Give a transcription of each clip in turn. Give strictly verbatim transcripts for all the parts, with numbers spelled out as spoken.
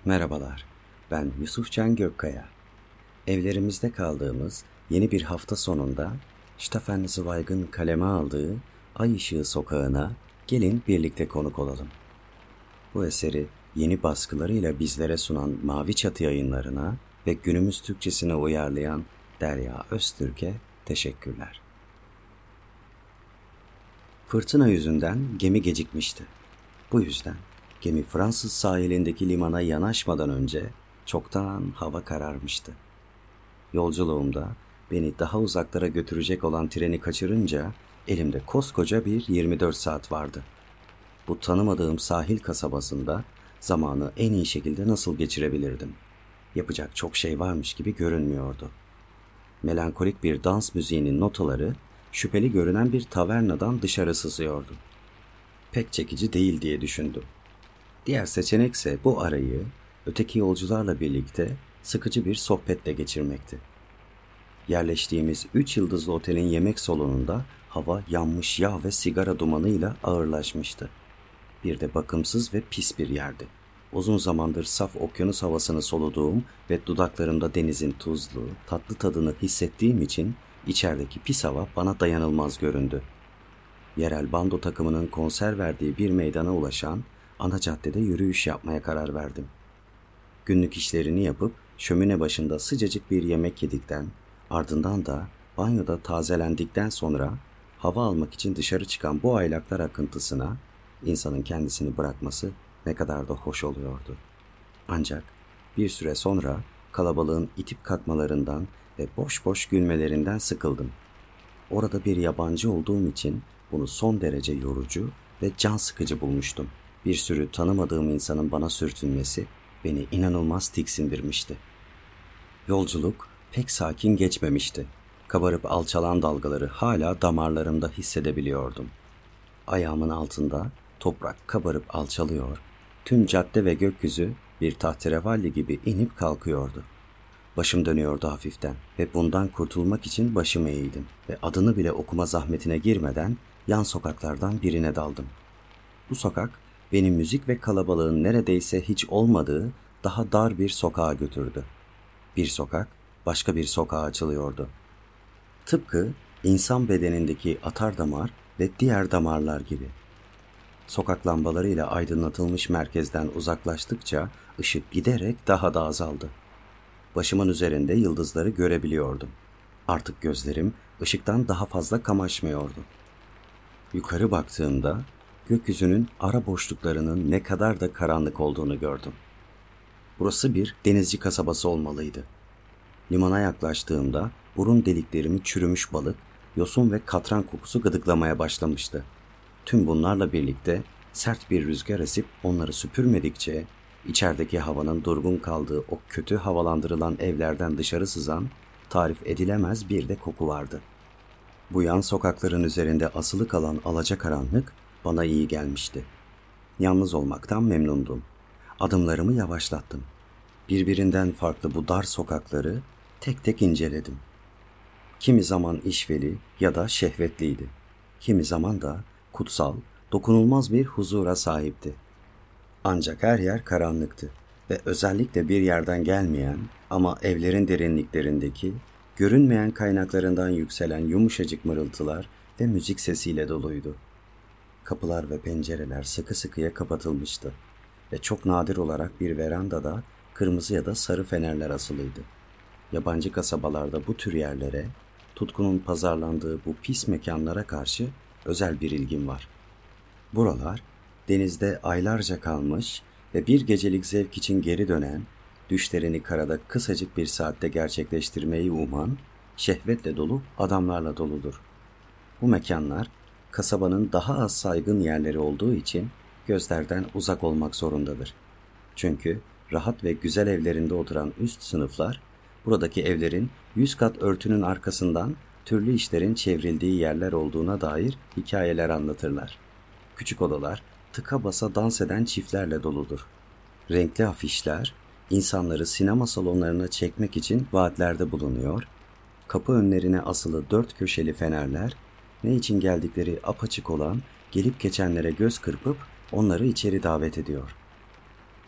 Merhabalar, ben Yusufcan Gökkaya. Evlerimizde kaldığımız yeni bir hafta sonunda Stefan Zweig'ın kaleme aldığı Ay Işığı Sokağı'na gelin birlikte konuk olalım. Bu eseri yeni baskılarıyla bizlere sunan Mavi Çatı Yayınları'na ve günümüz Türkçesine uyarlayan Derya Öztürk'e teşekkürler. Fırtına yüzünden gemi gecikmişti. Bu yüzden gemi Fransız sahilindeki limana yanaşmadan önce çoktan hava kararmıştı. Yolculuğumda beni daha uzaklara götürecek olan treni kaçırınca elimde koskoca bir yirmi dört saat vardı. Bu tanımadığım sahil kasabasında zamanı en iyi şekilde nasıl geçirebilirdim? Yapacak çok şey varmış gibi görünmüyordu. Melankolik bir dans müziğinin notaları şüpheli görünen bir tavernadan dışarı sızıyordu. Pek çekici değil diye düşündüm. Diğer seçenekse bu arayı öteki yolcularla birlikte sıkıcı bir sohbetle geçirmekti. Yerleştiğimiz üç yıldızlı otelin yemek salonunda hava yanmış yağ ve sigara dumanıyla ağırlaşmıştı. Bir de bakımsız ve pis bir yerdi. Uzun zamandır saf okyanus havasını soluduğum ve dudaklarımda denizin tuzlu, tatlı tadını hissettiğim için içerideki pis hava bana dayanılmaz göründü. Yerel bando takımının konser verdiği bir meydana ulaşan ana caddede yürüyüş yapmaya karar verdim. Günlük işlerini yapıp şömine başında sıcacık bir yemek yedikten, ardından da banyoda tazelendikten sonra hava almak için dışarı çıkan bu aylaklar akıntısına insanın kendisini bırakması ne kadar da hoş oluyordu. Ancak bir süre sonra kalabalığın itip kalkmalarından ve boş boş gülmelerinden sıkıldım. Orada bir yabancı olduğum için bunu son derece yorucu ve can sıkıcı bulmuştum. Bir sürü tanımadığım insanın bana sürtünmesi beni inanılmaz tiksindirmişti. Yolculuk pek sakin geçmemişti. Kabarıp alçalan dalgaları hala damarlarımda hissedebiliyordum. Ayağımın altında toprak kabarıp alçalıyor, tüm cadde ve gökyüzü bir tahterevalli gibi inip kalkıyordu. Başım dönüyordu hafiften ve bundan kurtulmak için başımı eğdim ve adını bile okuma zahmetine girmeden yan sokaklardan birine daldım. Bu sokak beni müzik ve kalabalığın neredeyse hiç olmadığı daha dar bir sokağa götürdü. Bir sokak başka bir sokağa açılıyordu. Tıpkı insan bedenindeki atardamar ve diğer damarlar gibi. Sokak lambalarıyla aydınlatılmış merkezden uzaklaştıkça ışık giderek daha da azaldı. Başımın üzerinde yıldızları görebiliyordum. Artık gözlerim ışıktan daha fazla kamaşmıyordu. Yukarı baktığımda gökyüzünün ara boşluklarının ne kadar da karanlık olduğunu gördüm. Burası bir denizci kasabası olmalıydı. Limana yaklaştığımda burun deliklerimi çürümüş balık, yosun ve katran kokusu gıdıklamaya başlamıştı. Tüm bunlarla birlikte sert bir rüzgar esip onları süpürmedikçe içerideki havanın durgun kaldığı o kötü havalandırılan evlerden dışarı sızan tarif edilemez bir de koku vardı. Bu yan sokakların üzerinde asılı kalan alacakaranlık bana iyi gelmişti. Yalnız olmaktan memnundum. Adımlarımı yavaşlattım. Birbirinden farklı bu dar sokakları tek tek inceledim. Kimi zaman işveli ya da şehvetliydi. Kimi zaman da kutsal, dokunulmaz bir huzura sahipti. Ancak her yer karanlıktı ve özellikle bir yerden gelmeyen ama evlerin derinliklerindeki görünmeyen kaynaklarından yükselen yumuşacık mırıltılar ve müzik sesiyle doluydu. Kapılar ve pencereler sıkı sıkıya kapatılmıştı ve çok nadir olarak bir verandada kırmızı ya da sarı fenerler asılıydı. Yabancı kasabalarda bu tür yerlere, tutkunun pazarlandığı bu pis mekanlara karşı özel bir ilgim var. Buralar, denizde aylarca kalmış ve bir gecelik zevk için geri dönen, düşlerini karada kısacık bir saatte gerçekleştirmeyi uman, şehvetle dolu adamlarla doludur. Bu mekanlar, kasabanın daha az saygın yerleri olduğu için gözlerden uzak olmak zorundadır. Çünkü rahat ve güzel evlerinde oturan üst sınıflar, buradaki evlerin yüz kat örtünün arkasından türlü işlerin çevrildiği yerler olduğuna dair hikayeler anlatırlar. Küçük odalar tıka basa dans eden çiftlerle doludur. Renkli afişler insanları sinema salonlarına çekmek için vaatlerde bulunuyor, kapı önlerine asılı dört köşeli fenerler ne için geldikleri apaçık olan gelip geçenlere göz kırpıp onları içeri davet ediyor.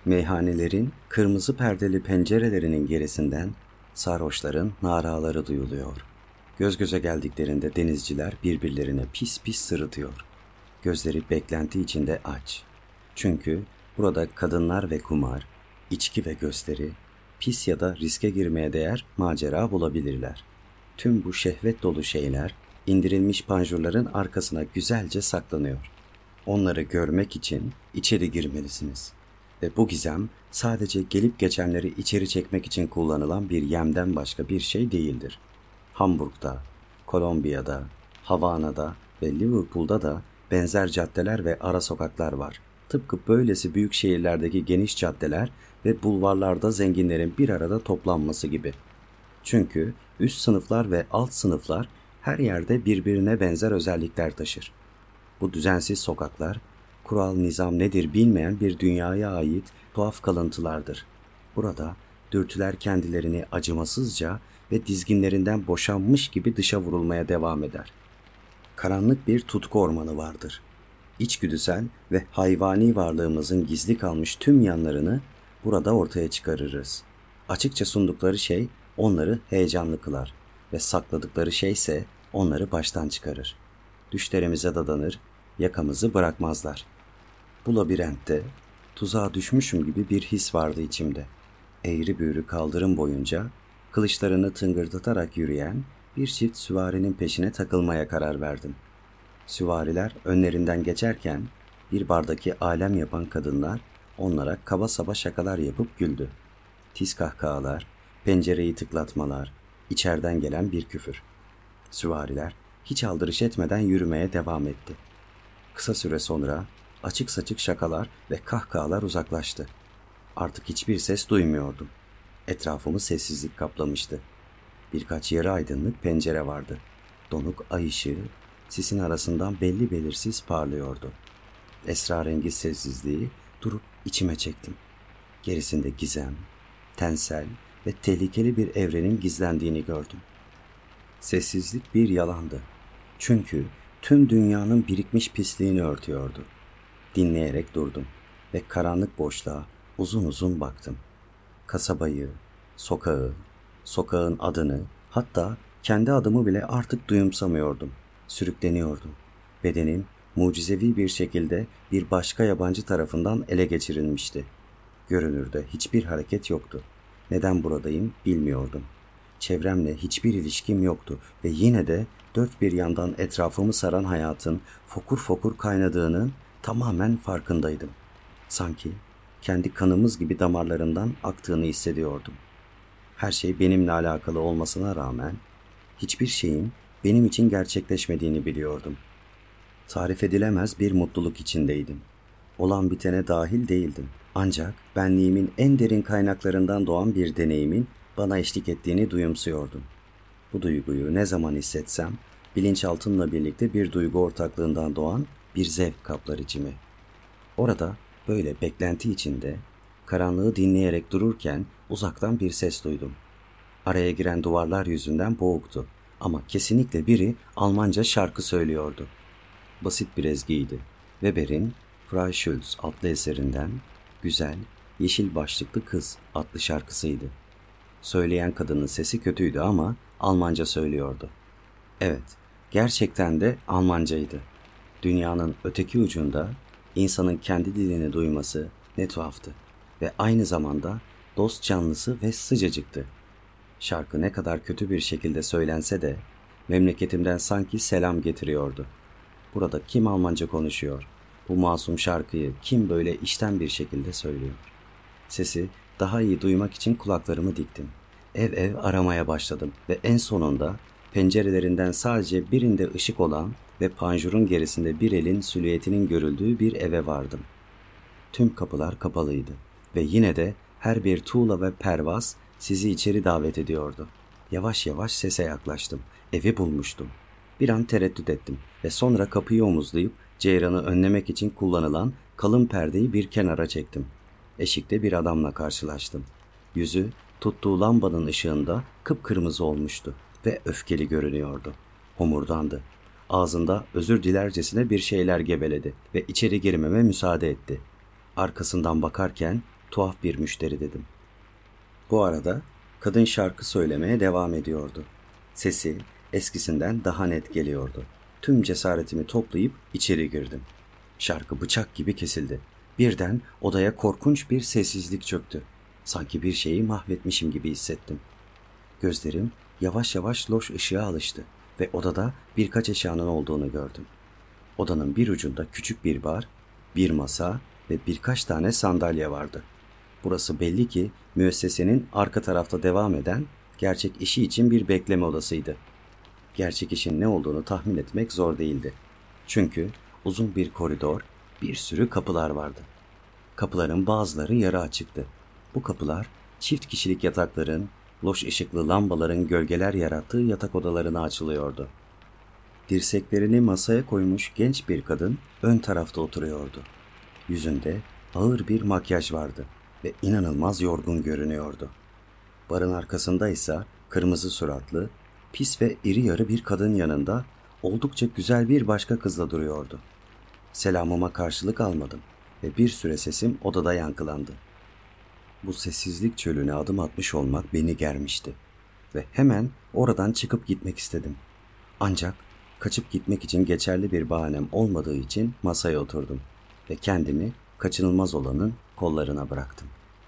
Meyhanelerin kırmızı perdeli pencerelerinin gerisinden sarhoşların naraları duyuluyor. Göz göze geldiklerinde denizciler birbirlerine pis pis sırıtıyor. Gözleri beklenti içinde aç. Çünkü burada kadınlar ve kumar, içki ve gösteri, pis ya da riske girmeye değer macera bulabilirler. Tüm bu şehvet dolu şeyler indirilmiş panjurların arkasına güzelce saklanıyor. Onları görmek için içeri girmelisiniz. Ve bu gizem sadece gelip geçenleri içeri çekmek için kullanılan bir yemden başka bir şey değildir. Hamburg'da, Kolombiya'da, Havana'da ve Liverpool'da da benzer caddeler ve ara sokaklar var. Tıpkı böylesi büyük şehirlerdeki geniş caddeler ve bulvarlarda zenginlerin bir arada toplanması gibi. Çünkü üst sınıflar ve alt sınıflar her yerde birbirine benzer özellikler taşır. Bu düzensiz sokaklar, kural nizam nedir bilmeyen bir dünyaya ait tuhaf kalıntılardır. Burada dürtüler kendilerini acımasızca ve dizginlerinden boşanmış gibi dışa vurulmaya devam eder. Karanlık bir tutku ormanı vardır. İçgüdüsel ve hayvani varlığımızın gizli kalmış tüm yanlarını burada ortaya çıkarırız. Açıkça sundukları şey onları heyecanlı kılar ve sakladıkları şey ise onları baştan çıkarır. Düşlerimize dadanır, yakamızı bırakmazlar. Bu labirentte tuzağa düşmüşüm gibi bir his vardı içimde. Eğri büğrü kaldırım boyunca kılıçlarını tıngırdatarak yürüyen bir çift süvarinin peşine takılmaya karar verdim. Süvariler önlerinden geçerken bir bardaki alem yapan kadınlar onlara kaba saba şakalar yapıp güldü. Tiz kahkahalar, pencereyi tıklatmalar, içeriden gelen bir küfür. Süvariler hiç aldırış etmeden yürümeye devam etti. Kısa süre sonra açık saçık şakalar ve kahkahalar uzaklaştı. Artık hiçbir ses duymuyordum. Etrafımı sessizlik kaplamıştı. Birkaç yarı aydınlık pencere vardı. Donuk ay ışığı sisin arasından belli belirsiz parlıyordu. Esrarengiz sessizliği durup içime çektim. Gerisinde gizem, tensel ve tehlikeli bir evrenin gizlendiğini gördüm. Sessizlik bir yalandı. Çünkü tüm dünyanın birikmiş pisliğini örtüyordu. Dinleyerek durdum ve karanlık boşluğa uzun uzun baktım. Kasabayı, sokağı, sokağın adını, hatta kendi adımı bile artık duyumsamıyordum. Sürükleniyordum. Bedenim mucizevi bir şekilde bir başka yabancı tarafından ele geçirilmişti. Görünürde hiçbir hareket yoktu. Neden buradayım bilmiyordum. Çevremle hiçbir ilişkim yoktu ve yine de dört bir yandan etrafımı saran hayatın fokur fokur kaynadığının tamamen farkındaydım. Sanki kendi kanımız gibi damarlarımdan aktığını hissediyordum. Her şey benimle alakalı olmasına rağmen hiçbir şeyin benim için gerçekleşmediğini biliyordum. Tarif edilemez bir mutluluk içindeydim. Olan bitene dahil değildim. Ancak benliğimin en derin kaynaklarından doğan bir deneyimin bana eşlik ettiğini duyumsuyordum. Bu duyguyu ne zaman hissetsem, bilinçaltımla birlikte bir duygu ortaklığından doğan bir zevk kaplar içimi. Orada böyle beklenti içinde, karanlığı dinleyerek dururken uzaktan bir ses duydum. Araya giren duvarlar yüzünden boğuktu ama kesinlikle biri Almanca şarkı söylüyordu. Basit bir ezgiydi. Weber'in Freischütz adlı eserinden Güzel, Yeşil Başlıklı Kız adlı şarkısıydı. Söyleyen kadının sesi kötüydü ama Almanca söylüyordu. Evet, gerçekten de Almancaydı. Dünyanın öteki ucunda insanın kendi dilini duyması ne tuhaftı ve aynı zamanda dost canlısı ve sıcacıktı. Şarkı ne kadar kötü bir şekilde söylense de memleketimden sanki selam getiriyordu. Burada kim Almanca konuşuyor? Bu masum şarkıyı kim böyle içten bir şekilde söylüyor? Sesi daha iyi duymak için kulaklarımı diktim. Ev ev aramaya başladım ve en sonunda pencerelerinden sadece birinde ışık olan ve panjurun gerisinde bir elin silüetinin görüldüğü bir eve vardım. Tüm kapılar kapalıydı ve yine de her bir tuğla ve pervaz sizi içeri davet ediyordu. Yavaş yavaş sese yaklaştım. Evi bulmuştum. Bir an tereddüt ettim ve sonra kapıyı omuzlayıp ceyranı önlemek için kullanılan kalın perdeyi bir kenara çektim. Eşikte bir adamla karşılaştım. Yüzü tuttuğu lambanın ışığında kıpkırmızı olmuştu ve öfkeli görünüyordu. Homurdandı. Ağzında özür dilercesine bir şeyler geveledi ve içeri girmeme müsaade etti. Arkasından bakarken tuhaf bir müşteri dedim. Bu arada kadın şarkı söylemeye devam ediyordu. Sesi eskisinden daha net geliyordu. Tüm cesaretimi toplayıp içeri girdim. Şarkı bıçak gibi kesildi. Birden odaya korkunç bir sessizlik çöktü. Sanki bir şeyi mahvetmişim gibi hissettim. Gözlerim yavaş yavaş loş ışığa alıştı ve odada birkaç eşyanın olduğunu gördüm. Odanın bir ucunda küçük bir bar, bir masa ve birkaç tane sandalye vardı. Burası belli ki müessesenin arka tarafta devam eden gerçek işi için bir bekleme odasıydı. Gerçek işin ne olduğunu tahmin etmek zor değildi. Çünkü uzun bir koridor, bir sürü kapılar vardı. Kapıların bazıları yarı açıktı. Bu kapılar çift kişilik yatakların, loş ışıklı lambaların gölgeler yarattığı yatak odalarına açılıyordu. Dirseklerini masaya koymuş genç bir kadın ön tarafta oturuyordu. Yüzünde ağır bir makyaj vardı ve inanılmaz yorgun görünüyordu. Barın arkasında ise kırmızı suratlı, pis ve iri yarı bir kadın yanında oldukça güzel bir başka kızla duruyordu. Selamıma karşılık almadım ve bir süre sesim odada yankılandı. Bu sessizlik çölüne adım atmış olmak beni germişti ve hemen oradan çıkıp gitmek istedim. Ancak kaçıp gitmek için geçerli bir bahanem olmadığı için masaya oturdum ve kendimi kaçınılmaz olanın kollarına bıraktım.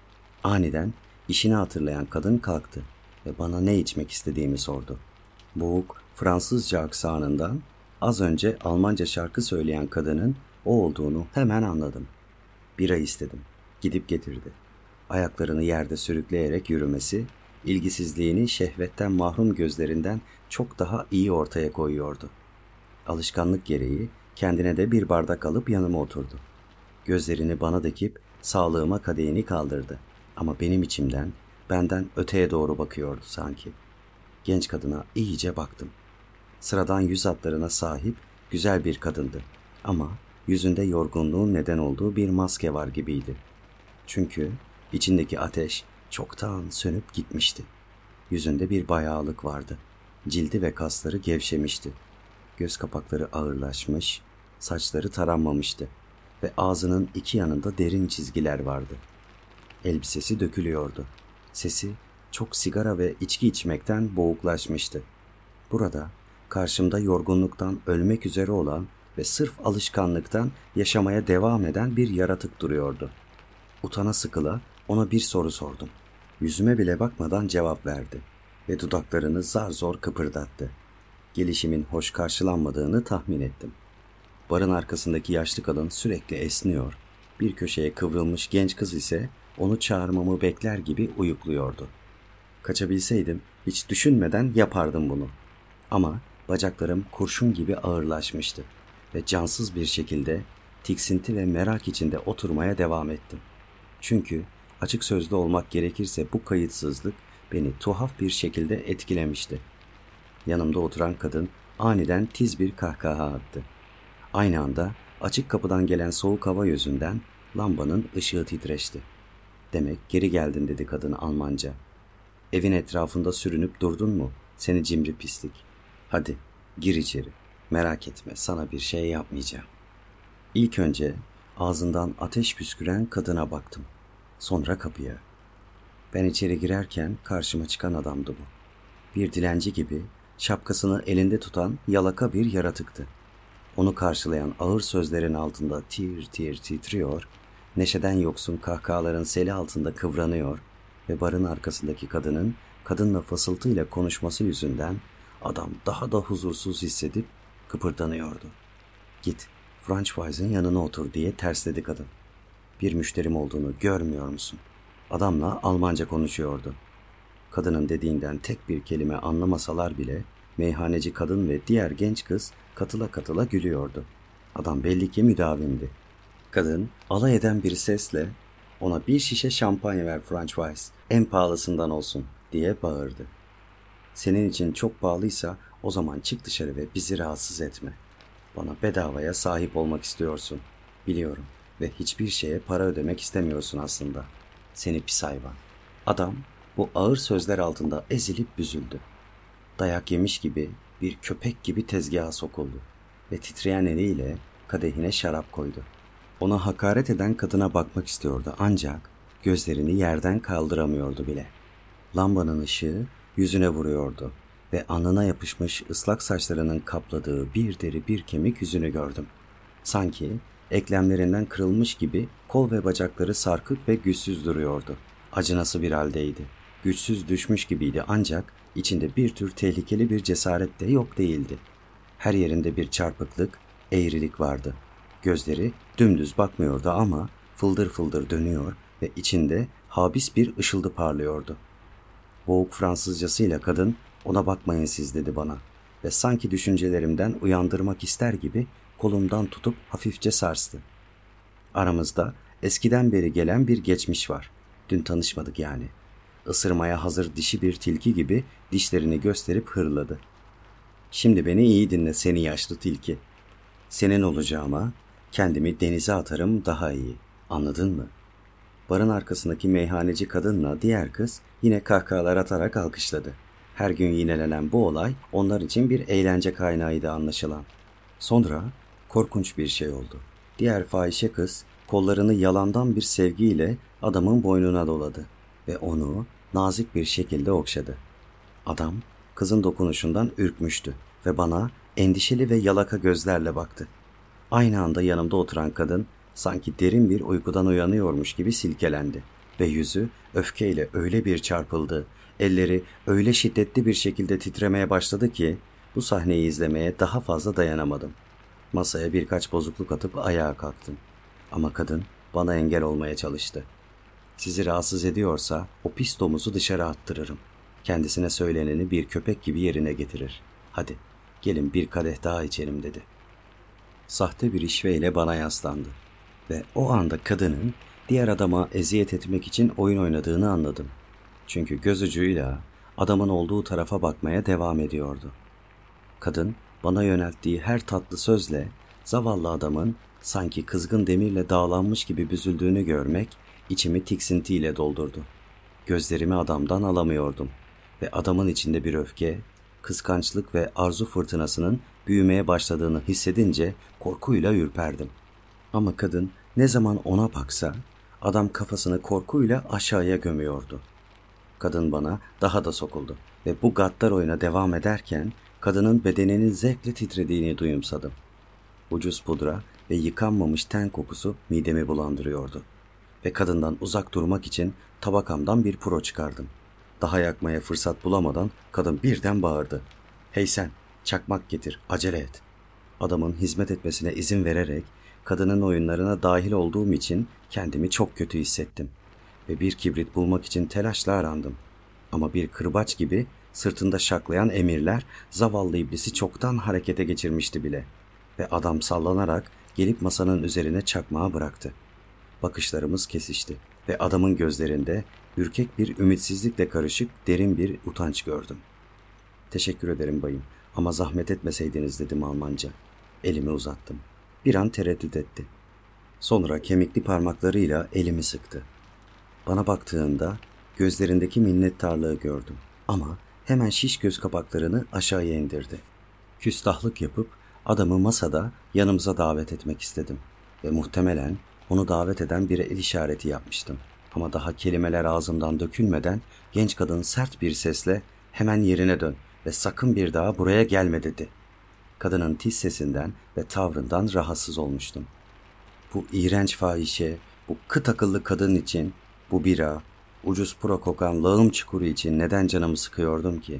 Aniden işini hatırlayan kadın kalktı ve bana ne içmek istediğimi sordu. Boğuk Fransızca aksanından az önce Almanca şarkı söyleyen kadının o olduğunu hemen anladım. Bira istedim. Gidip getirdi. Ayaklarını yerde sürükleyerek yürümesi, ilgisizliğini şehvetten mahrum gözlerinden çok daha iyi ortaya koyuyordu. Alışkanlık gereği kendine de bir bardak alıp yanıma oturdu. Gözlerini bana dikip sağlığıma kadehini kaldırdı. Ama benim içimden, benden öteye doğru bakıyordu sanki. Genç kadına iyice baktım. Sıradan yüz hatlarına sahip güzel bir kadındı. Ama yüzünde yorgunluğun neden olduğu bir maske var gibiydi. Çünkü içindeki ateş çoktan sönüp gitmişti. Yüzünde bir bayağılık vardı. Cildi ve kasları gevşemişti. Göz kapakları ağırlaşmış, saçları taranmamıştı ve ağzının iki yanında derin çizgiler vardı. Elbisesi dökülüyordu. Sesi çok sigara ve içki içmekten boğuklaşmıştı. Burada karşımda yorgunluktan ölmek üzere olan ve sırf alışkanlıktan yaşamaya devam eden bir yaratık duruyordu. Utana sıkıla ona bir soru sordum. Yüzüme bile bakmadan cevap verdi ve dudaklarını zar zor kıpırdattı. Gelişimin hoş karşılanmadığını tahmin ettim. Barın arkasındaki yaşlı kadın sürekli esniyor, bir köşeye kıvrılmış genç kız ise onu çağırmamı bekler gibi uyukluyordu. Kaçabilseydim hiç düşünmeden yapardım bunu. Ama bacaklarım kurşun gibi ağırlaşmıştı ve cansız bir şekilde tiksinti ve merak içinde oturmaya devam ettim. Çünkü açık sözlü olmak gerekirse bu kayıtsızlık beni tuhaf bir şekilde etkilemişti. Yanımda oturan kadın aniden tiz bir kahkaha attı. Aynı anda açık kapıdan gelen soğuk hava yüzünden lambanın ışığı titreşti. Demek geri geldin dedi kadın Almanca. Evin etrafında sürünüp durdun mu? Seni cimri pislik. Hadi gir içeri. Merak etme, sana bir şey yapmayacağım. İlk önce ağzından ateş püsküren kadına baktım. Sonra kapıya. Ben içeri girerken karşıma çıkan adamdı bu. Bir dilenci gibi şapkasını elinde tutan yalaka bir yaratıktı. Onu karşılayan ağır sözlerin altında tir tir titriyor, neşeden yoksun kahkahaların seli altında kıvranıyor ve barın arkasındaki kadının kadınla fısıltıyla konuşması yüzünden adam daha da huzursuz hissedip kıpırdanıyordu. Git, French Wise'ın yanına otur diye tersledi kadın. Bir müşterim olduğunu görmüyor musun? Adamla Almanca konuşuyordu. Kadının dediğinden tek bir kelime anlamasalar bile meyhaneci kadın ve diğer genç kız katıla katıla gülüyordu. Adam belli ki müdavimdi. Kadın alay eden bir sesle ona bir şişe şampanya ver French Wise, en pahalısından olsun diye bağırdı. Senin için çok pahalıysa o zaman çık dışarı ve bizi rahatsız etme. Bana bedavaya sahip olmak istiyorsun. Biliyorum ve hiçbir şeye para ödemek istemiyorsun aslında. Seni pis hayvan. Adam bu ağır sözler altında ezilip büzüldü. Dayak yemiş gibi bir köpek gibi tezgaha sokuldu ve titreyen eliyle kadehine şarap koydu. Ona hakaret eden kadına bakmak istiyordu ancak gözlerini yerden kaldıramıyordu bile. Lambanın ışığı yüzüne vuruyordu ve alnına yapışmış ıslak saçlarının kapladığı bir deri bir kemik yüzünü gördüm. Sanki eklemlerinden kırılmış gibi kol ve bacakları sarkık ve güçsüz duruyordu. Acınası bir haldeydi. Güçsüz düşmüş gibiydi ancak içinde bir tür tehlikeli bir cesaret de yok değildi. Her yerinde bir çarpıklık, eğrilik vardı. Gözleri dümdüz bakmıyordu ama fıldır fıldır dönüyor ve içinde habis bir ışıldı parlıyordu. Boğuk Fransızcasıyla kadın, "Ona bakmayın siz," dedi bana ve sanki düşüncelerimden uyandırmak ister gibi kolumdan tutup hafifçe sarstı. Aramızda eskiden beri gelen bir geçmiş var. Dün tanışmadık yani. Isırmaya hazır dişi bir tilki gibi dişlerini gösterip hırladı. "Şimdi beni iyi dinle seni yaşlı tilki. Senin olacağıma kendimi denize atarım daha iyi. Anladın mı?" Barın arkasındaki meyhaneci kadınla diğer kız yine kahkahalar atarak alkışladı. Her gün yinelenen bu olay onlar için bir eğlence kaynağıydı anlaşılan. Sonra korkunç bir şey oldu. Diğer fahişe kız kollarını yalandan bir sevgiyle adamın boynuna doladı ve onu nazik bir şekilde okşadı. Adam kızın dokunuşundan ürkmüştü ve bana endişeli ve yalaka gözlerle baktı. Aynı anda yanımda oturan kadın sanki derin bir uykudan uyanıyormuş gibi silkelendi ve yüzü öfkeyle öyle bir çarpıldı, elleri öyle şiddetli bir şekilde titremeye başladı ki bu sahneyi izlemeye daha fazla dayanamadım. Masaya birkaç bozukluk atıp ayağa kalktım. Ama kadın bana engel olmaya çalıştı. "Sizi rahatsız ediyorsa o pis domuzu dışarı attırırım. Kendisine söyleneni bir köpek gibi yerine getirir. Hadi gelin bir kadeh daha içelim," dedi. Sahte bir işveyle bana yaslandı ve o anda kadının diğer adama eziyet etmek için oyun oynadığını anladım. Çünkü göz ucuyla adamın olduğu tarafa bakmaya devam ediyordu. Kadın bana yönelttiği her tatlı sözle zavallı adamın sanki kızgın demirle dağlanmış gibi büzüldüğünü görmek içimi tiksintiyle doldurdu. Gözlerimi adamdan alamıyordum ve adamın içinde bir öfke, kıskançlık ve arzu fırtınasının büyümeye başladığını hissedince korkuyla ürperdim. Ama kadın ne zaman ona baksa adam kafasını korkuyla aşağıya gömüyordu. Kadın bana daha da sokuldu ve bu gaddar oyuna devam ederken kadının bedeninin zevkle titrediğini duyumsadım. Ucuz pudra ve yıkanmamış ten kokusu midemi bulandırıyordu ve kadından uzak durmak için tabakamdan bir puro çıkardım. Daha yakmaya fırsat bulamadan kadın birden bağırdı. "Hey sen, çakmak getir, acele et." Adamın hizmet etmesine izin vererek kadının oyunlarına dahil olduğum için kendimi çok kötü hissettim ve bir kibrit bulmak için telaşla arandım. Ama bir kırbaç gibi sırtında şaklayan emirler zavallı iblisi çoktan harekete geçirmişti bile ve adam sallanarak gelip masanın üzerine çakmağı bıraktı. Bakışlarımız kesişti ve adamın gözlerinde ürkek bir ümitsizlikle karışık derin bir utanç gördüm. "Teşekkür ederim bayım ama zahmet etmeseydiniz," dedim Almanca. Elimi uzattım. Bir an tereddüt etti. Sonra kemikli parmaklarıyla elimi sıktı. Bana baktığında gözlerindeki minnettarlığı gördüm ama hemen şiş göz kapaklarını aşağıya indirdi. Küstahlık yapıp adamı masada yanımıza davet etmek istedim ve muhtemelen onu davet eden bir el işareti yapmıştım. Ama daha kelimeler ağzımdan dökülmeden genç kadın sert bir sesle "Hemen yerine dön ve sakın bir daha buraya gelme," dedi. Kadının tiz sesinden ve tavrından rahatsız olmuştum. Bu iğrenç fahişe, bu kıt akıllı kadın için, bu bira, ucuz puro kokan lağım çukuru için neden canımı sıkıyordum ki?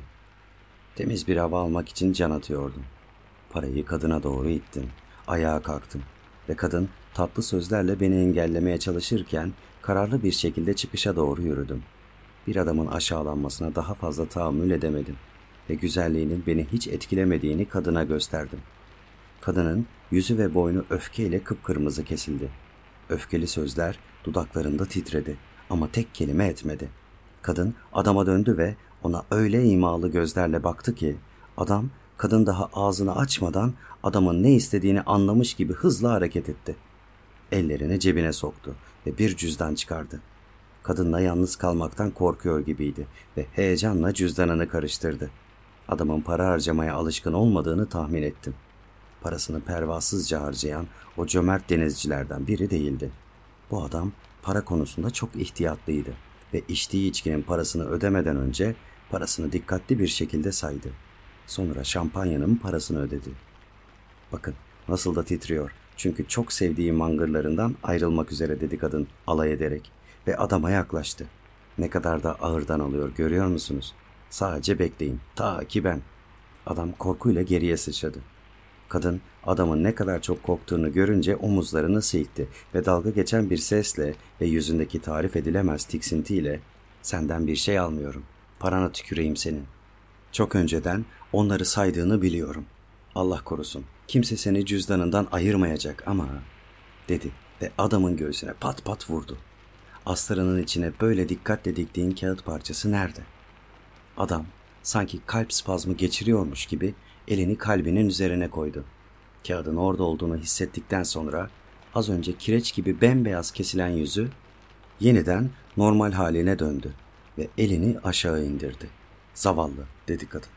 Temiz bir hava almak için can atıyordum. Parayı kadına doğru ittim. Ayağa kalktım ve kadın tatlı sözlerle beni engellemeye çalışırken kararlı bir şekilde çıkışa doğru yürüdüm. Bir adamın aşağılanmasına daha fazla tahammül edemedim ve güzelliğinin beni hiç etkilemediğini kadına gösterdim. Kadının yüzü ve boynu öfkeyle kıpkırmızı kesildi. Öfkeli sözler dudaklarında titredi ama tek kelime etmedi. Kadın adama döndü ve ona öyle imalı gözlerle baktı ki adam kadın daha ağzını açmadan adamın ne istediğini anlamış gibi hızla hareket etti. Ellerini cebine soktu ve bir cüzdan çıkardı. Kadınla yalnız kalmaktan korkuyor gibiydi ve heyecanla cüzdanını karıştırdı. Adamın para harcamaya alışkın olmadığını tahmin ettim. Parasını pervasızca harcayan o cömert denizcilerden biri değildi. Bu adam para konusunda çok ihtiyatlıydı ve içtiği içkinin parasını ödemeden önce parasını dikkatli bir şekilde saydı. Sonra şampanyanın parasını ödedi. Bakın nasıl da titriyor. Çünkü çok sevdiği mangırlarından ayrılmak üzere dedi kadın alay ederek ve adama yaklaştı. Ne kadar da ağırdan alıyor görüyor musunuz? Sadece bekleyin ta ki ben. Adam korkuyla geriye sıçradı. Kadın adamın ne kadar çok korktuğunu görünce omuzlarını silkti ve dalga geçen bir sesle ve yüzündeki tarif edilemez tiksintiyle "Senden bir şey almıyorum. Parana tüküreyim senin. Çok önceden onları saydığını biliyorum. Allah korusun. Kimse seni cüzdanından ayırmayacak ama" dedi ve adamın göğsüne pat pat vurdu. Astarının içine böyle dikkatle diktiğin kağıt parçası nerede? Adam sanki kalp spazmı geçiriyormuş gibi elini kalbinin üzerine koydu. Kağıdın orada olduğunu hissettikten sonra az önce kireç gibi bembeyaz kesilen yüzü yeniden normal haline döndü ve elini aşağı indirdi. "Zavallı," dedi kadın.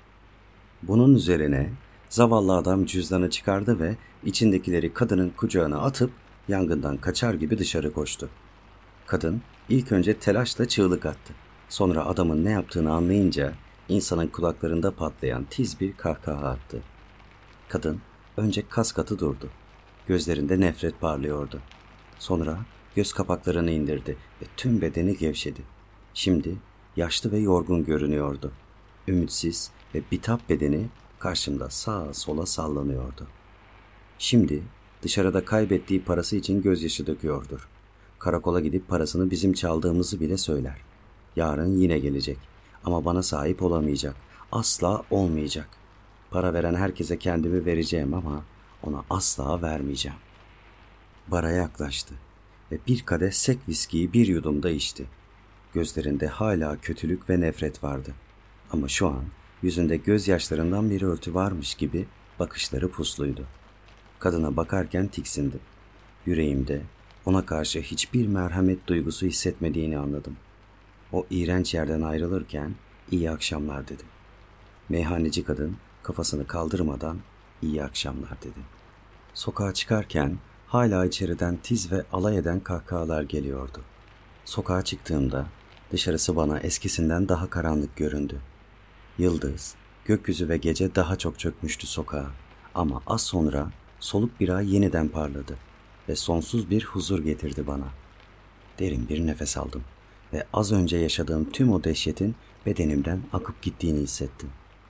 Bunun üzerine zavallı adam cüzdanı çıkardı ve içindekileri kadının kucağına atıp yangından kaçar gibi dışarı koştu. Kadın ilk önce telaşla çığlık attı. Sonra adamın ne yaptığını anlayınca insanın kulaklarında patlayan tiz bir kahkaha attı. Kadın önce kas katı durdu. Gözlerinde nefret parlıyordu. Sonra göz kapaklarını indirdi ve tüm bedeni gevşedi. Şimdi yaşlı ve yorgun görünüyordu. Ümitsiz ve bitap bedeni karşımda sağa sola sallanıyordu. Şimdi dışarıda kaybettiği parası için gözyaşı döküyordur. Karakola gidip parasını bizim çaldığımızı bile söyler. Yarın yine gelecek ama bana sahip olamayacak. Asla olmayacak. Para veren herkese kendimi vereceğim ama ona asla vermeyeceğim. Bara yaklaştı ve bir kadeh sek viskiyi bir yudumda içti. Gözlerinde hala kötülük ve nefret vardı. Ama şu an yüzünde gözyaşlarından bir örtü varmış gibi bakışları pusluydu. Kadına bakarken tiksindim. Yüreğimde ona karşı hiçbir merhamet duygusu hissetmediğini anladım. O iğrenç yerden ayrılırken iyi akşamlar dedim. Meyhaneci kadın kafasını kaldırmadan iyi akşamlar dedi. Sokağa çıkarken hala içeriden tiz ve alay eden kahkahalar geliyordu. Sokağa çıktığımda dışarısı bana eskisinden daha karanlık göründü. Yıldız, gökyüzü ve gece daha çok çökmüştü sokağa ama az sonra soluk bir ay yeniden parladı ve sonsuz bir huzur getirdi bana. Derin bir nefes aldım ve az önce yaşadığım tüm o dehşetin bedenimden akıp gittiğini hissettim.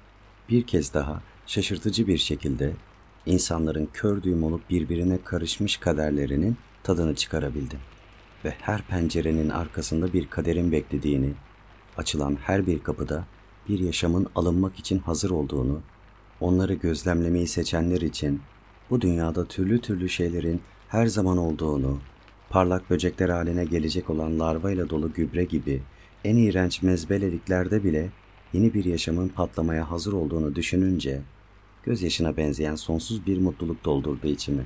Bir kez daha şaşırtıcı bir şekilde insanların kör düğüm olup birbirine karışmış kaderlerinin tadını çıkarabildim. Ve her pencerenin arkasında bir kaderin beklediğini, açılan her bir kapıda bir yaşamın alınmak için hazır olduğunu, onları gözlemlemeyi seçenler için bu dünyada türlü türlü şeylerin her zaman olduğunu, parlak böcekler haline gelecek olan larvayla dolu gübre gibi en iğrenç mezbeleliklerde bile yeni bir yaşamın patlamaya hazır olduğunu düşününce gözyaşına benzeyen sonsuz bir mutluluk doldurdu içimi.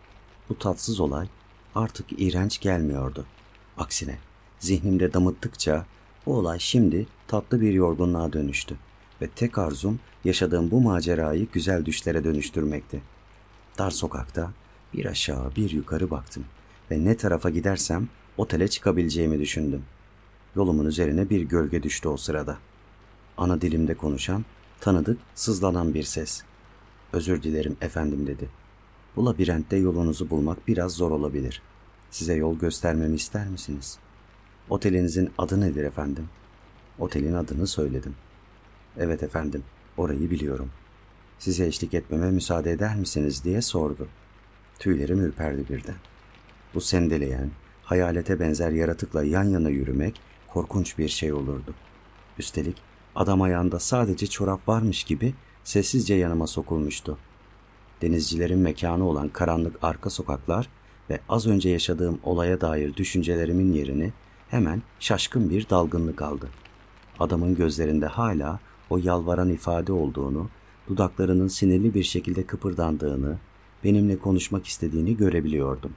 Bu tatsız olay artık iğrenç gelmiyordu. Aksine zihnimde damıttıkça bu olay şimdi tatlı bir yorgunluğa dönüştü ve tek arzum yaşadığım bu macerayı güzel düşlere dönüştürmekti. Dar sokakta bir aşağı bir yukarı baktım ve ne tarafa gidersem otele çıkabileceğimi düşündüm. Yolumun üzerine bir gölge düştü o sırada. Ana dilimde konuşan, tanıdık, sızlanan bir ses. "Özür dilerim efendim," dedi. "Bu labirentte yolunuzu bulmak biraz zor olabilir. Size yol göstermemi ister misiniz?" "Otelinizin adı nedir efendim?" Otelin adını söyledim. "Evet efendim, orayı biliyorum. Size eşlik etmeme müsaade eder misiniz?" diye sordu. Tüylerim ürperdi birden. Bu sendeleyen, hayalete benzer yaratıkla yan yana yürümek korkunç bir şey olurdu. Üstelik adam ayağında sadece çorap varmış gibi sessizce yanıma sokulmuştu. Denizcilerin mekanı olan karanlık arka sokaklar ve az önce yaşadığım olaya dair düşüncelerimin yerini hemen şaşkın bir dalgınlık aldı. Adamın gözlerinde hala o yalvaran ifade olduğunu, dudaklarının sinirli bir şekilde kıpırdandığını, benimle konuşmak istediğini görebiliyordum.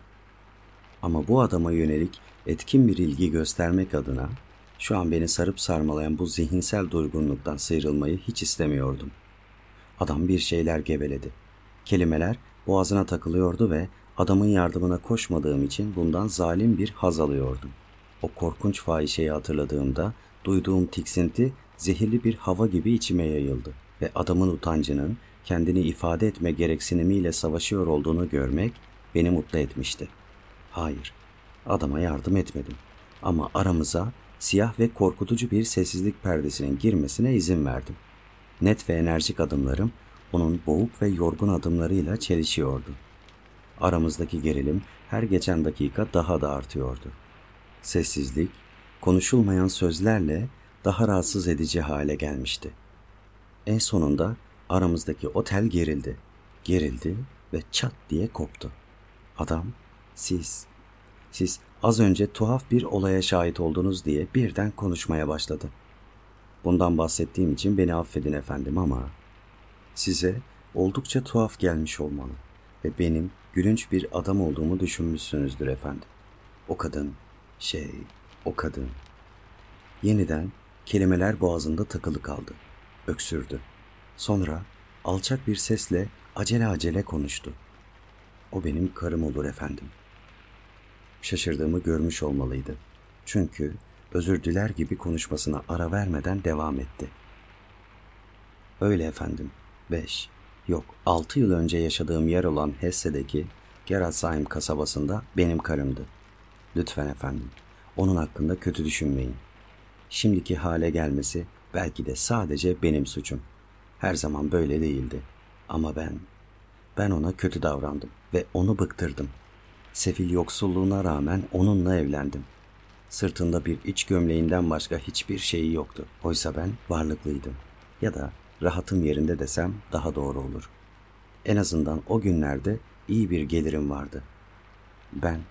Ama bu adama yönelik etkin bir ilgi göstermek adına şu an beni sarıp sarmalayan bu zihinsel durgunluktan sıyrılmayı hiç istemiyordum. Adam bir şeyler geveledi. Kelimeler boğazına takılıyordu ve Adamın yardımına koşmadığım için bundan zalim bir haz alıyordum. O korkunç fahişeyi hatırladığımda duyduğum tiksinti zehirli bir hava gibi içime yayıldı ve adamın utancının kendini ifade etme gereksinimiyle savaşıyor olduğunu görmek beni mutlu etmişti. Hayır, adama yardım etmedim ama aramıza siyah ve korkutucu bir sessizlik perdesinin girmesine izin verdim. Net ve enerjik adımlarım onun boğuk ve yorgun adımlarıyla çelişiyordu. Aramızdaki gerilim her geçen dakika daha da artıyordu. Sessizlik, konuşulmayan sözlerle daha rahatsız edici hale gelmişti. En sonunda aramızdaki o tel gerildi. Gerildi ve çat diye koptu. Adam, siz, siz az önce tuhaf bir olaya şahit oldunuz diye birden konuşmaya başladı. Bundan bahsettiğim için beni affedin efendim ama size oldukça tuhaf gelmiş olmalı ve benim gülünç bir adam olduğumu düşünmüşsünüzdür efendim. O kadın, şey, o kadın. Yeniden kelimeler boğazında takılı kaldı. Öksürdü. Sonra alçak bir sesle acele acele konuştu. O benim karım olur efendim. Şaşırdığımı görmüş olmalıydı. Çünkü özür diler gibi konuşmasına ara vermeden devam etti. Öyle efendim. Beş, yok altı yıl önce yaşadığım yer olan Hesse'deki Gerasheim kasabasında benim karımdı. Lütfen efendim, onun hakkında kötü düşünmeyin. Şimdiki hale gelmesi belki de sadece benim suçum. Her zaman böyle değildi. Ama ben, ben ona kötü davrandım ve onu bıktırdım. Sefil yoksulluğuna rağmen onunla evlendim. Sırtında bir iç gömleğinden başka hiçbir şeyi yoktu. Oysa ben varlıklıydım. Ya da rahatım yerinde desem daha doğru olur. En azından o günlerde iyi bir gelirim vardı. Ben,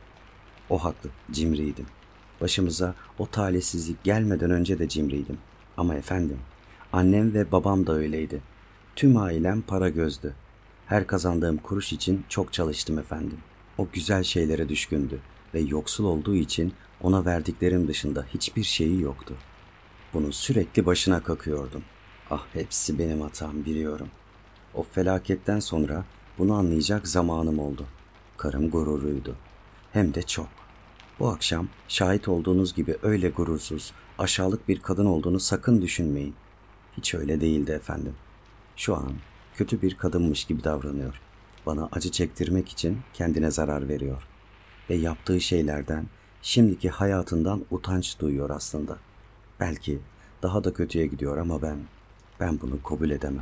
o haklı, cimriydim. Başımıza o talihsizlik gelmeden önce de cimriydim. Ama efendim, annem ve babam da öyleydi. Tüm ailem para gözdü. Her kazandığım kuruş için çok çalıştım efendim. O güzel şeylere düşkündü ve yoksul olduğu için ona verdiklerim dışında hiçbir şeyi yoktu. Bunu sürekli başına kakıyordum. Ah, hepsi benim hatam, biliyorum. O felaketten sonra bunu anlayacak zamanım oldu. Karım gururluydu. Hem de çok. Bu akşam şahit olduğunuz gibi öyle gurursuz, aşağılık bir kadın olduğunu sakın düşünmeyin. Hiç öyle değildi efendim. Şu an kötü bir kadınmış gibi davranıyor. Bana acı çektirmek için kendine zarar veriyor. Ve yaptığı şeylerden, şimdiki hayatından utanç duyuyor aslında. Belki daha da kötüye gidiyor ama ben, ben bunu kabul edemem.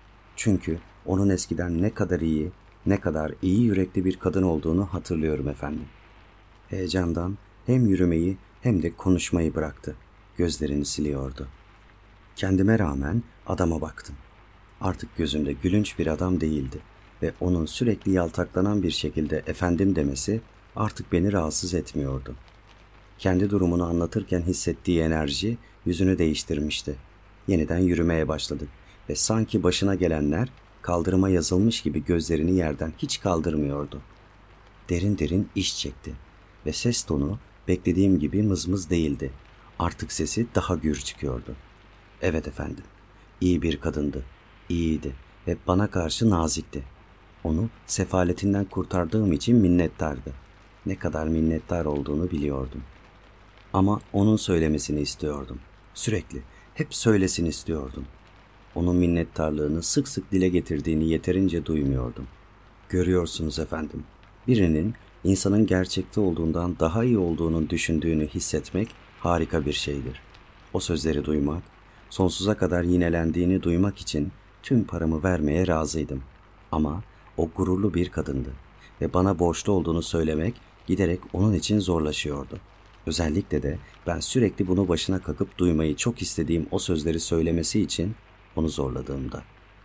Çünkü onun eskiden ne kadar iyi, ne kadar iyi yürekli bir kadın olduğunu hatırlıyorum efendim. Heyecandan hem yürümeyi hem de konuşmayı bıraktı. Gözlerini siliyordu. Kendime rağmen adama baktım. Artık gözümde gülünç bir adam değildi ve onun sürekli yaltaklanan bir şekilde efendim demesi artık beni rahatsız etmiyordu. Kendi durumunu anlatırken hissettiği enerji yüzünü değiştirmişti. Yeniden yürümeye başladık ve sanki başına gelenler kaldırıma yazılmış gibi gözlerini yerden hiç kaldırmıyordu. Derin derin iş çekti ve ses tonu beklediğim gibi mızmız değildi. Artık sesi daha gür çıkıyordu. Evet efendim, iyi bir kadındı, iyiydi ve bana karşı nazikti. Onu sefaletinden kurtardığım için minnettardı. Ne kadar minnettar olduğunu biliyordum. Ama onun söylemesini istiyordum. Sürekli, hep söylesin istiyordum. Onun minnettarlığını sık sık dile getirdiğini yeterince duymuyordum. Görüyorsunuz efendim, birinin insanın gerçekte olduğundan daha iyi olduğunu düşündüğünü hissetmek harika bir şeydir. O sözleri duymak, sonsuza kadar yinelendiğini duymak için tüm paramı vermeye razıydım. Ama o gururlu bir kadındı ve bana borçlu olduğunu söylemek giderek onun için zorlaşıyordu. Özellikle de ben sürekli bunu başına kakıp duymayı çok istediğim o sözleri söylemesi için onu zorladığımda.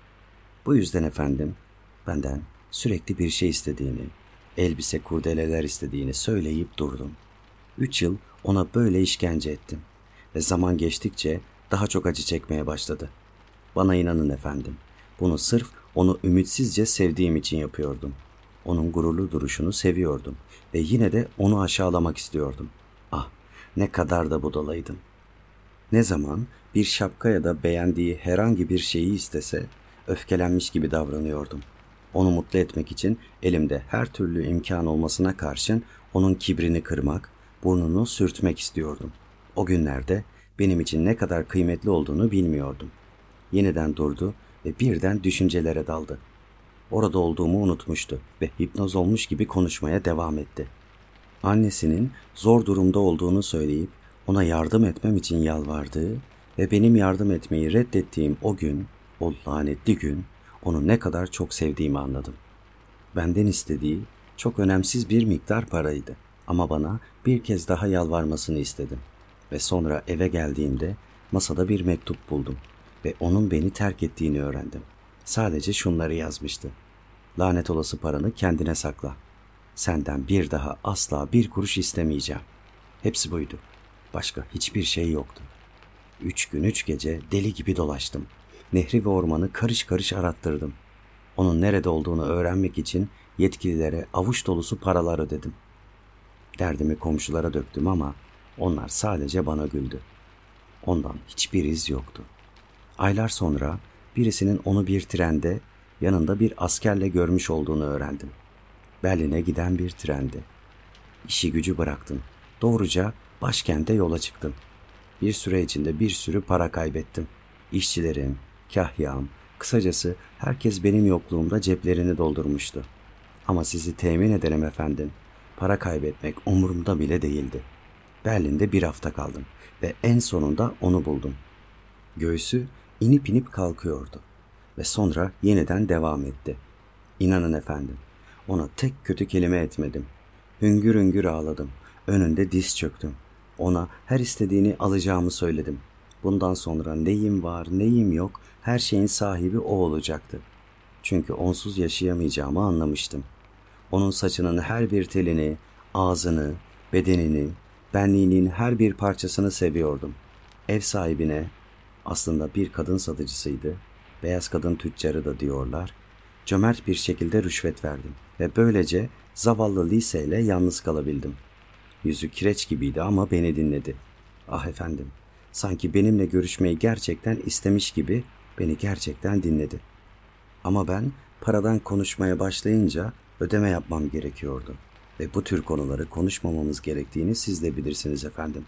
Bu yüzden efendim, benden sürekli bir şey istediğini, elbise, kurdeleler istediğini söyleyip durdum. Üç yıl ona böyle işkence ettim ve zaman geçtikçe daha çok acı çekmeye başladı. Bana inanın efendim, bunu sırf onu ümitsizce sevdiğim için yapıyordum. Onun gururlu duruşunu seviyordum ve yine de onu aşağılamak istiyordum. Ah, ne kadar da budalaydım. Ne zaman bir şapka ya da beğendiği herhangi bir şeyi istese, öfkelenmiş gibi davranıyordum. Onu mutlu etmek için elimde her türlü imkan olmasına karşın onun kibrini kırmak, burnunu sürtmek istiyordum. O günlerde benim için ne kadar kıymetli olduğunu bilmiyordum. Yeniden durdu ve birden düşüncelere daldı. Orada olduğumu unutmuştu ve hipnoz olmuş gibi konuşmaya devam etti. Annesinin zor durumda olduğunu söyleyip ona yardım etmem için yalvardığı ve benim yardım etmeyi reddettiğim o gün, o lanetli gün, onu ne kadar çok sevdiğimi anladım. Benden istediği çok önemsiz bir miktar paraydı ama bana bir kez daha yalvarmasını istedim. Ve sonra eve geldiğimde masada bir mektup buldum ve onun beni terk ettiğini öğrendim. Sadece şunları yazmıştı: "Lanet olası paranı kendine sakla. Senden bir daha asla bir kuruş istemeyeceğim." Hepsi buydu. Başka hiçbir şey yoktu. Üç gün üç gece deli gibi dolaştım. Nehri ve ormanı karış karış arattırdım. Onun nerede olduğunu öğrenmek için yetkililere avuç dolusu paralar ödedim. Derdimi komşulara döktüm ama onlar sadece bana güldü. Ondan hiçbir iz yoktu. Aylar sonra birisinin onu bir trende yanında bir askerle görmüş olduğunu öğrendim. Berlin'e giden bir trendi. İşi gücü bıraktım. Doğruca başkente yola çıktım. Bir süre içinde bir sürü para kaybettim. İşçilerim, kahyam, kısacası herkes benim yokluğumda ceplerini doldurmuştu. Ama sizi temin ederim efendim, para kaybetmek umurumda bile değildi. Berlin'de bir hafta kaldım ve en sonunda onu buldum. Göğsü inip inip kalkıyordu ve sonra yeniden devam etti. İnanın efendim, ona tek kötü kelime etmedim. Hüngür hüngür ağladım. Önünde diz çöktüm. Ona her istediğini alacağımı söyledim. Bundan sonra neyim var, neyim yok, her şeyin sahibi o olacaktı. Çünkü onsuz yaşayamayacağımı anlamıştım. Onun saçının her bir telini, ağzını, bedenini, benliğinin her bir parçasını seviyordum. Ev sahibine, aslında bir kadın satıcısıydı, beyaz kadın tüccarı da diyorlar, cömert bir şekilde rüşvet verdim ve böylece zavallı Lise ile yalnız kalabildim. Yüzü kireç gibiydi ama beni dinledi. Ah efendim, sanki benimle görüşmeyi gerçekten istemiş gibi beni gerçekten dinledi. Ama ben paradan konuşmaya başlayınca ödeme yapmam gerekiyordu ve bu tür konuları konuşmamamız gerektiğini siz de bilirsiniz efendim.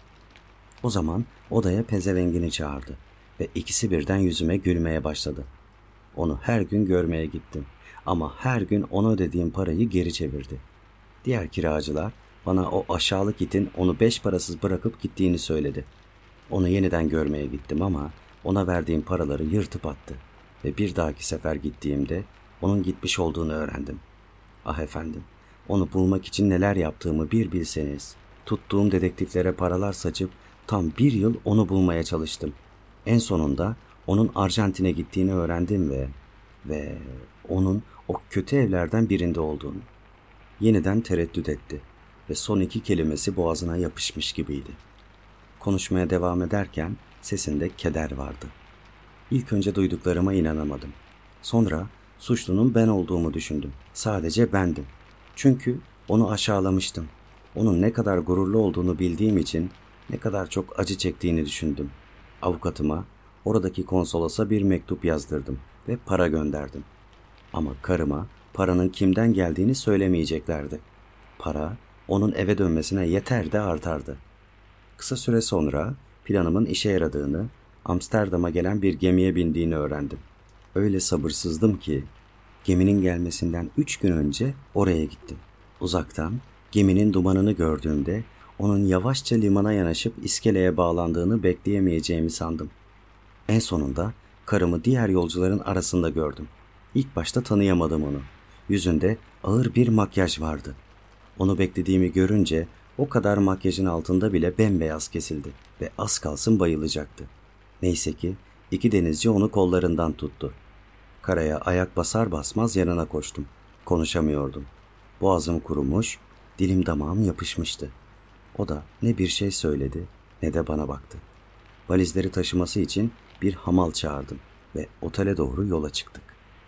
O zaman odaya pezevengini çağırdı ve ikisi birden yüzüme gülmeye başladı. Onu her gün görmeye gittim ama her gün ona ödediğim parayı geri çevirdi. Diğer kiracılar bana o aşağılık itin onu beş parasız bırakıp gittiğini söyledi. Onu yeniden görmeye gittim ama ona verdiğim paraları yırtıp attı ve bir dahaki sefer gittiğimde onun gitmiş olduğunu öğrendim. Ah efendim, onu bulmak için neler yaptığımı bir bilseniz. Tuttuğum dedektiflere paralar saçıp tam bir yıl onu bulmaya çalıştım. En sonunda onun Arjantin'e gittiğini öğrendim ve ve onun o kötü evlerden birinde olduğunu. Yeniden tereddüt etti ve son iki kelimesi boğazına yapışmış gibiydi. Konuşmaya devam ederken sesinde keder vardı. İlk önce duyduklarıma inanamadım. Sonra suçlunun ben olduğumu düşündüm. Sadece bendim. Çünkü onu aşağılamıştım. Onun ne kadar gururlu olduğunu bildiğim için ne kadar çok acı çektiğini düşündüm. Avukatıma, oradaki konsolosa bir mektup yazdırdım ve para gönderdim. Ama karıma paranın kimden geldiğini söylemeyeceklerdi. Para onun eve dönmesine yeter de artardı. Kısa süre sonra planımın işe yaradığını, Amsterdam'a gelen bir gemiye bindiğini öğrendim. Öyle sabırsızdım ki geminin gelmesinden üç gün önce oraya gittim. Uzaktan geminin dumanını gördüğümde onun yavaşça limana yanaşıp iskeleye bağlandığını bekleyemeyeceğimi sandım. En sonunda karımı diğer yolcuların arasında gördüm. İlk başta tanıyamadım onu. Yüzünde ağır bir makyaj vardı. Onu beklediğimi görünce o kadar makyajın altında bile bembeyaz kesildi ve az kalsın bayılacaktı. Neyse ki iki denizci onu kollarından tuttu. Karaya ayak basar basmaz yanına koştum. Konuşamıyordum. Boğazım kurumuş, dilim damağım yapışmıştı. O da ne bir şey söyledi ne de bana baktı. Valizleri taşıması için bir hamal çağırdım ve otele doğru yola çıktık.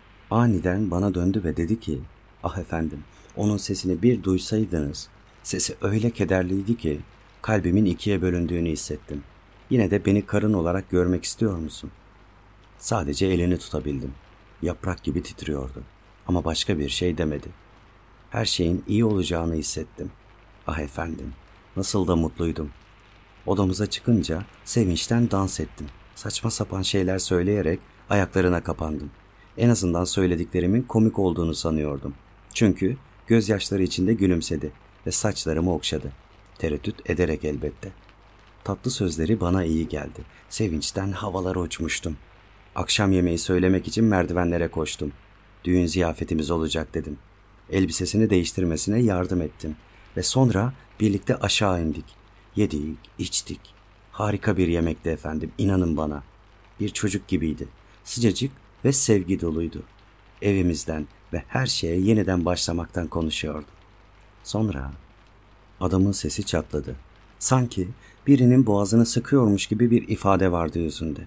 Aniden bana döndü ve dedi ki, "Ah efendim, onun sesini bir duysaydınız, sesi öyle kederliydi ki kalbimin ikiye bölündüğünü hissettim. Yine de beni karın olarak görmek istiyor musun?" Sadece elini tutabildim. Yaprak gibi titriyordu. Ama başka bir şey demedi. Her şeyin iyi olacağını hissettim. Ah efendim, nasıl da mutluydum. Odamıza çıkınca sevinçten dans ettim. Saçma sapan şeyler söyleyerek ayaklarına kapandım. En azından söylediklerimin komik olduğunu sanıyordum. Çünkü gözyaşları içinde gülümsedi ve saçlarımı okşadı. Tereddüt ederek elbette. Tatlı sözleri bana iyi geldi. Sevinçten havalara uçmuştum. Akşam yemeği söylemek için merdivenlere koştum. Düğün ziyafetimiz olacak dedim. Elbisesini değiştirmesine yardım ettim. Ve sonra birlikte aşağı indik. Yedik, içtik. Harika bir yemekti efendim, inanın bana. Bir çocuk gibiydi. Sıcacık ve sevgi doluydu. Evimizden ve her şeye yeniden başlamaktan konuşuyordu. Sonra adamın sesi çatladı. Sanki birinin boğazını sıkıyormuş gibi bir ifade vardı yüzünde.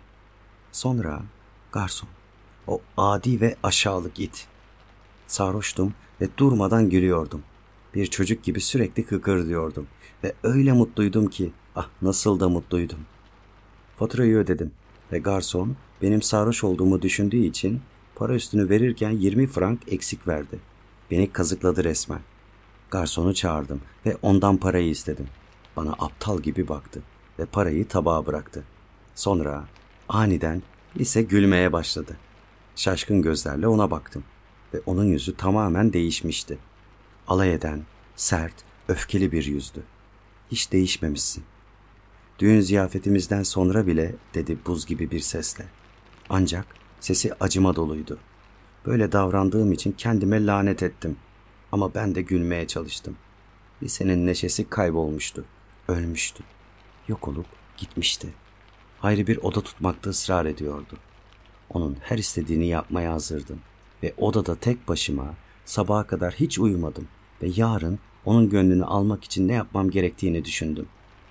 Sonra garson, o adi ve aşağılık it. Sarhoştum ve durmadan gülüyordum. Bir çocuk gibi sürekli kıkırdıyordum ve öyle mutluydum ki, ah nasıl da mutluydum. Faturayı ödedim ve garson benim sarhoş olduğumu düşündüğü için para üstünü verirken yirmi frank eksik verdi. Beni kazıkladı resmen. Garsonu çağırdım ve ondan parayı istedim. Bana aptal gibi baktı ve parayı tabağa bıraktı. Sonra aniden ise gülmeye başladı. Şaşkın gözlerle ona baktım ve onun yüzü tamamen değişmişti. Alay eden, sert, öfkeli bir yüzdü. Hiç değişmemişsin. Düğün ziyafetimizden sonra bile dedi buz gibi bir sesle. Ancak sesi acıma doluydu. Böyle davrandığım için kendime lanet ettim. Ama ben de gülmeye çalıştım. Lisenin neşesi kaybolmuştu. Ölmüştü. Yok olup gitmişti. Ayrı bir oda tutmakta ısrar ediyordu. Onun her istediğini yapmaya hazırdım. Ve odada tek başıma sabaha kadar hiç uyumadım. Ve yarın onun gönlünü almak için ne yapmam gerektiğini düşündüm.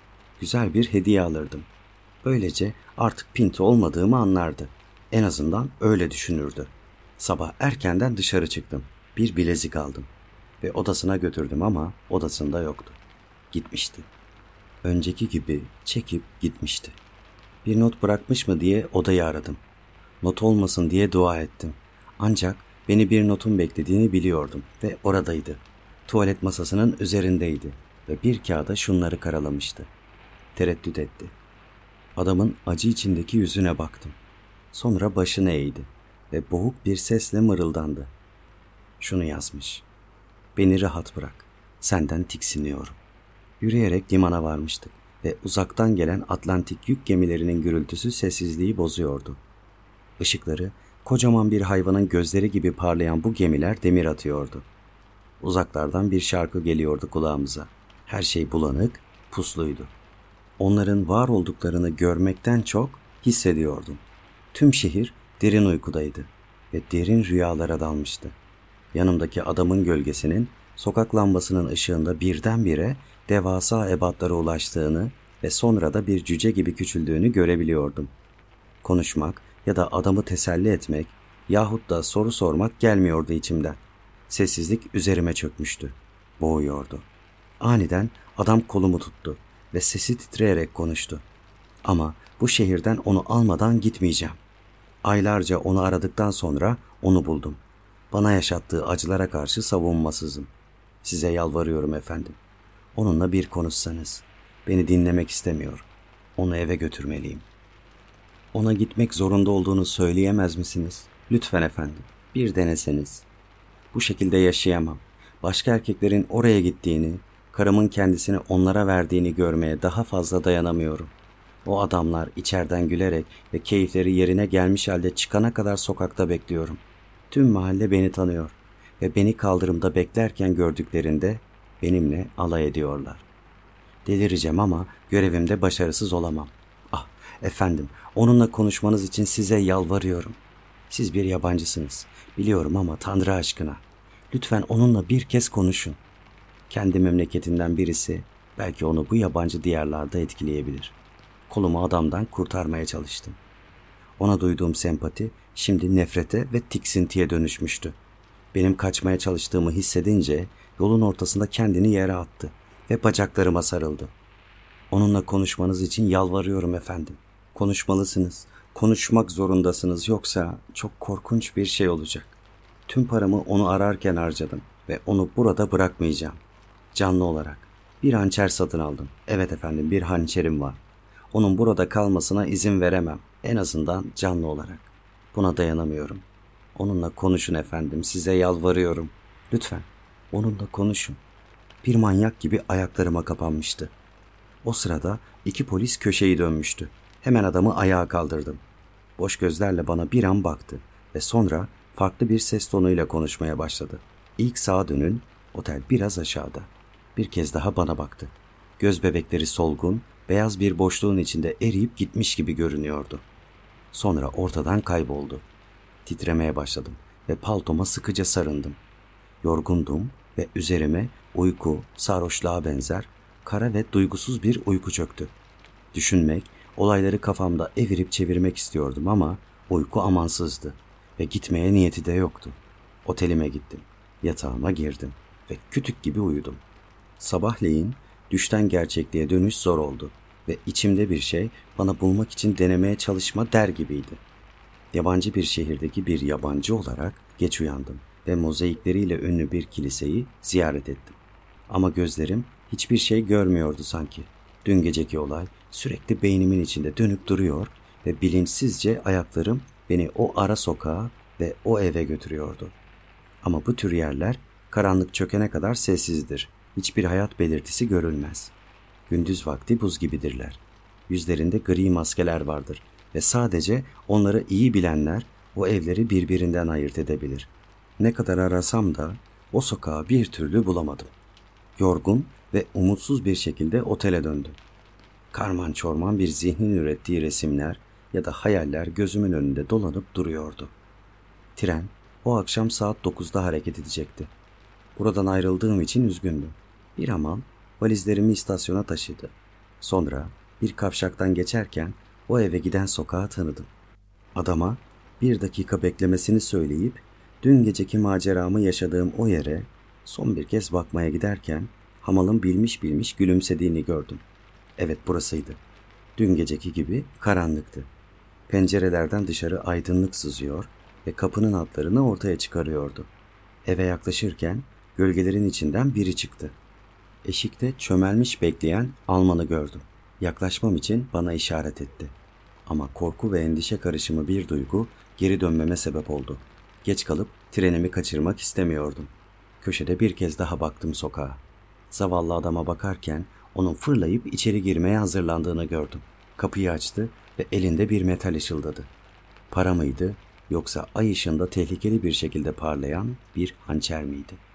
Güzel bir hediye alırdım. Böylece artık pinti olmadığımı anlardı. En azından öyle düşünürdü. Sabah erkenden dışarı çıktım. Bir bilezik aldım. Ve odasına götürdüm ama odasında yoktu. Gitmişti. Önceki gibi çekip gitmişti. Bir not bırakmış mı diye odayı aradım. Not olmasın diye dua ettim. Ancak beni bir notun beklediğini biliyordum ve oradaydı. Tuvalet masasının üzerindeydi ve bir kağıda şunları karalamıştı. Tereddüt etti. Adamın acı içindeki yüzüne baktım. Sonra başını eğdi ve boğuk bir sesle mırıldandı. Şunu yazmış. Beni rahat bırak. Senden tiksiniyorum. Yürüyerek limana varmıştık ve uzaktan gelen Atlantik yük gemilerinin gürültüsü sessizliği bozuyordu. Işıkları kocaman bir hayvanın gözleri gibi parlayan bu gemiler demir atıyordu. Uzaklardan bir şarkı geliyordu kulağımıza. Her şey bulanık, pusluydu. Onların var olduklarını görmekten çok hissediyordum. Tüm şehir derin uykudaydı ve derin rüyalara dalmıştı. Yanımdaki adamın gölgesinin sokak lambasının ışığında birdenbire devasa ebatlara ulaştığını ve sonra da bir cüce gibi küçüldüğünü görebiliyordum. Konuşmak ya da adamı teselli etmek yahut da soru sormak gelmiyordu içimden. Sessizlik üzerime çökmüştü. Boğuyordu. Aniden adam kolumu tuttu ve sesi titreyerek konuştu. Ama bu şehirden onu almadan gitmeyeceğim. Aylarca onu aradıktan sonra onu buldum. Bana yaşattığı acılara karşı savunmasızım. Size yalvarıyorum efendim. Onunla bir konuşsanız. Beni dinlemek istemiyor. Onu eve götürmeliyim. Ona gitmek zorunda olduğunu söyleyemez misiniz? Lütfen efendim, bir deneseniz. Bu şekilde yaşayamam. Başka erkeklerin oraya gittiğini, karımın kendisini onlara verdiğini görmeye daha fazla dayanamıyorum. O adamlar içeriden gülerek ve keyifleri yerine gelmiş halde çıkana kadar sokakta bekliyorum. Tüm mahalle beni tanıyor ve beni kaldırımda beklerken gördüklerinde benimle alay ediyorlar. Delireceğim ama görevimde başarısız olamam. Ah efendim, onunla konuşmanız için size yalvarıyorum. Siz bir yabancısınız, biliyorum ama Tanrı aşkına. Lütfen onunla bir kez konuşun. Kendi memleketinden birisi belki onu bu yabancı diyarlarda etkileyebilir. Kolumu adamdan kurtarmaya çalıştım. Ona duyduğum sempati şimdi nefrete ve tiksintiye dönüşmüştü. Benim kaçmaya çalıştığımı hissedince yolun ortasında kendini yere attı ve bacaklarıma sarıldı. Onunla konuşmanız için yalvarıyorum efendim. Konuşmalısınız, konuşmak zorundasınız yoksa çok korkunç bir şey olacak. Tüm paramı onu ararken harcadım ve onu burada bırakmayacağım. Canlı olarak. Bir hançer satın aldım. Evet efendim, bir hançerim var. Onun burada kalmasına izin veremem. En azından canlı olarak. Buna dayanamıyorum. Onunla konuşun efendim, size yalvarıyorum. Lütfen onunla konuşun. Bir manyak gibi ayaklarıma kapanmıştı. O sırada iki polis köşeyi dönmüştü. Hemen adamı ayağa kaldırdım. Boş gözlerle bana bir an baktı ve sonra farklı bir ses tonuyla konuşmaya başladı. İlk sağa dönün, otel biraz aşağıda. Bir kez daha bana baktı. Göz bebekleri solgun, beyaz bir boşluğun içinde eriyip gitmiş gibi görünüyordu. Sonra ortadan kayboldu. Titremeye başladım ve paltoma sıkıca sarındım. Yorgundum ve üzerime uyku, sarhoşluğa benzer, kara ve duygusuz bir uyku çöktü. Düşünmek, olayları kafamda evirip çevirmek istiyordum ama uyku amansızdı ve gitmeye niyeti de yoktu. Otelime gittim, yatağıma girdim ve kütük gibi uyudum. Sabahleyin düşten gerçekliğe dönüş zor oldu ve içimde bir şey bana bulmak için denemeye çalışma der gibiydi. Yabancı bir şehirdeki bir yabancı olarak geç uyandım ve mozaikleriyle ünlü bir kiliseyi ziyaret ettim. Ama gözlerim hiçbir şey görmüyordu sanki. Dün geceki olay sürekli beynimin içinde dönüp duruyor ve bilinçsizce ayaklarım beni o ara sokağa ve o eve götürüyordu. Ama bu tür yerler karanlık çökene kadar sessizdir. Hiçbir hayat belirtisi görülmez. Gündüz vakti buz gibidirler. Yüzlerinde gri maskeler vardır ve sadece onları iyi bilenler o evleri birbirinden ayırt edebilir. Ne kadar arasam da o sokağı bir türlü bulamadım. Yorgun ve umutsuz bir şekilde otele döndüm. Karman çorman bir zihnin ürettiği resimler ya da hayaller gözümün önünde dolanıp duruyordu. Tren o akşam saat dokuzda hareket edecekti. Buradan ayrıldığım için üzgündüm. Bir amal valizlerimi istasyona taşıdı. Sonra bir kavşaktan geçerken o eve giden sokağı tanıdım. Adama bir dakika beklemesini söyleyip dün geceki maceramı yaşadığım o yere son bir kez bakmaya giderken hamalın bilmiş bilmiş gülümsediğini gördüm. Evet, burasıydı. Dün geceki gibi karanlıktı. Pencerelerden dışarı aydınlık sızıyor ve kapının altlarını ortaya çıkarıyordu. Eve yaklaşırken gölgelerin içinden biri çıktı. Eşikte çömelmiş bekleyen Alman'ı gördüm. Yaklaşmam için bana işaret etti. Ama korku ve endişe karışımı bir duygu geri dönmeme sebep oldu. Geç kalıp trenimi kaçırmak istemiyordum. Köşede bir kez daha baktım sokağa. Zavallı adama bakarken onun fırlayıp içeri girmeye hazırlandığını gördüm. Kapıyı açtı ve elinde bir metal ışıldadı. Para mıydı yoksa ay ışığında tehlikeli bir şekilde parlayan bir hançer miydi?